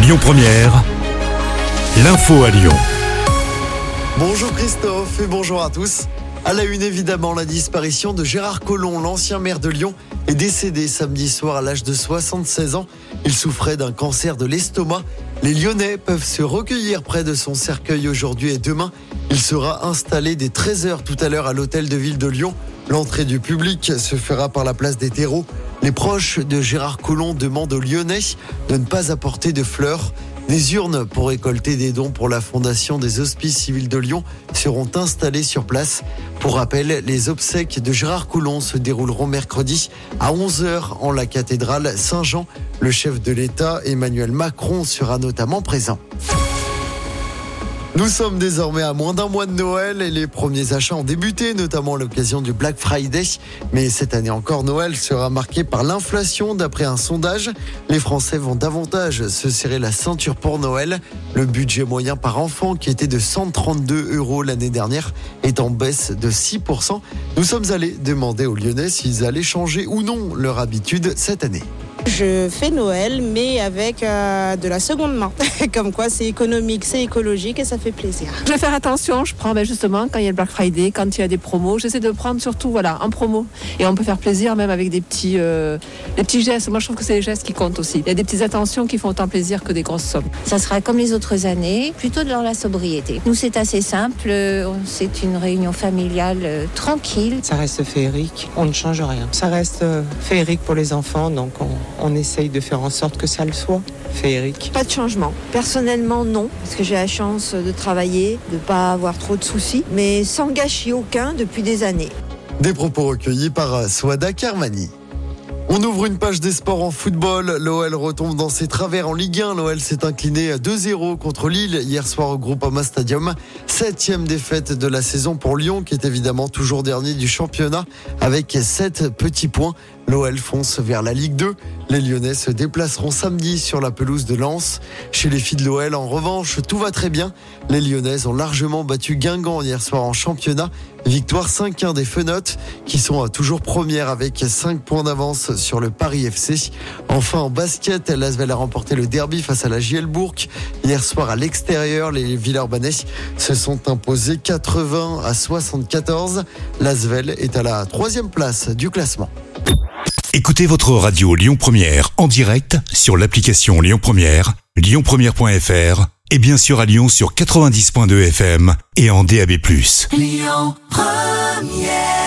Lyon Première, l'info à Lyon. Bonjour Christophe et bonjour à tous. À la une, évidemment, la disparition de Gérard Collomb, l'ancien maire de Lyon, est décédé samedi soir à l'âge de 76 ans. Il souffrait d'un cancer de l'estomac. Les Lyonnais peuvent se recueillir près de son cercueil aujourd'hui et demain. Il sera installé dès 13h tout à l'heure à l'hôtel de ville de Lyon. L'entrée du public se fera par la place des terreaux. Les proches de Gérard Collomb demandent aux Lyonnais de ne pas apporter de fleurs. Des urnes pour récolter des dons pour la Fondation des Hospices Civils de Lyon seront installées sur place. Pour rappel, les obsèques de Gérard Collomb se dérouleront mercredi à 11h en la cathédrale Saint-Jean. Le chef de l'État, Emmanuel Macron, sera notamment présent. Nous sommes désormais à moins d'un mois de Noël et les premiers achats ont débuté, notamment à l'occasion du Black Friday. Mais cette année encore, Noël sera marqué par l'inflation. D'après un sondage, les Français vont davantage se serrer la ceinture pour Noël. Le budget moyen par enfant, qui était de 132 € l'année dernière, est en baisse de 6%. Nous sommes allés demander aux Lyonnais s'ils allaient changer ou non leur habitude cette année. Je fais Noël, mais avec de la seconde main. Comme quoi, c'est économique, c'est écologique et ça fait plaisir. Je vais faire attention. Je prends justement quand il y a le Black Friday, quand il y a des promos. J'essaie de prendre surtout en promo. Et on peut faire plaisir même avec des petits gestes. Moi, je trouve que c'est les gestes qui comptent aussi. Il y a des petites attentions qui font autant plaisir que des grosses sommes. Ça sera comme les autres années, plutôt dans la sobriété. Nous, c'est assez simple. C'est une réunion familiale tranquille. Ça reste féerique. On ne change rien. Ça reste féerique pour les enfants, donc on essaye de faire en sorte que ça le soit féerique. Pas de changement. Personnellement, non, parce que j'ai la chance de travailler, de ne pas avoir trop de soucis, mais sans gâchis aucun depuis des années. Des propos recueillis par Souada Kermani. On ouvre une page des sports en football. L'OL retombe dans ses travers en Ligue 1. L'OL s'est incliné 2-0 contre Lille hier soir au Groupama Stadium. 7e défaite de la saison pour Lyon, qui est évidemment toujours dernier du championnat avec 7 petits points. L'OL fonce vers la Ligue 2. Les Lyonnais se déplaceront samedi sur la pelouse de Lens. Chez les filles de l'OL, en revanche, tout va très bien. Les Lyonnaises ont largement battu Guingamp hier soir en championnat. Victoire 5-1 des Fenotes, qui sont toujours premières avec 5 points d'avance sur le Paris FC. Enfin, en basket, l'Asvel a remporté le derby face à la JL Bourg. Hier soir, à l'extérieur, les Villeurbanais se sont imposés 80-74. L'Asvel est à la 3e place du classement. Écoutez votre radio Lyon Première en direct sur l'application Lyon Première, lyonpremière.fr et bien sûr à Lyon sur 90.2 FM et en DAB+. Lyon Première.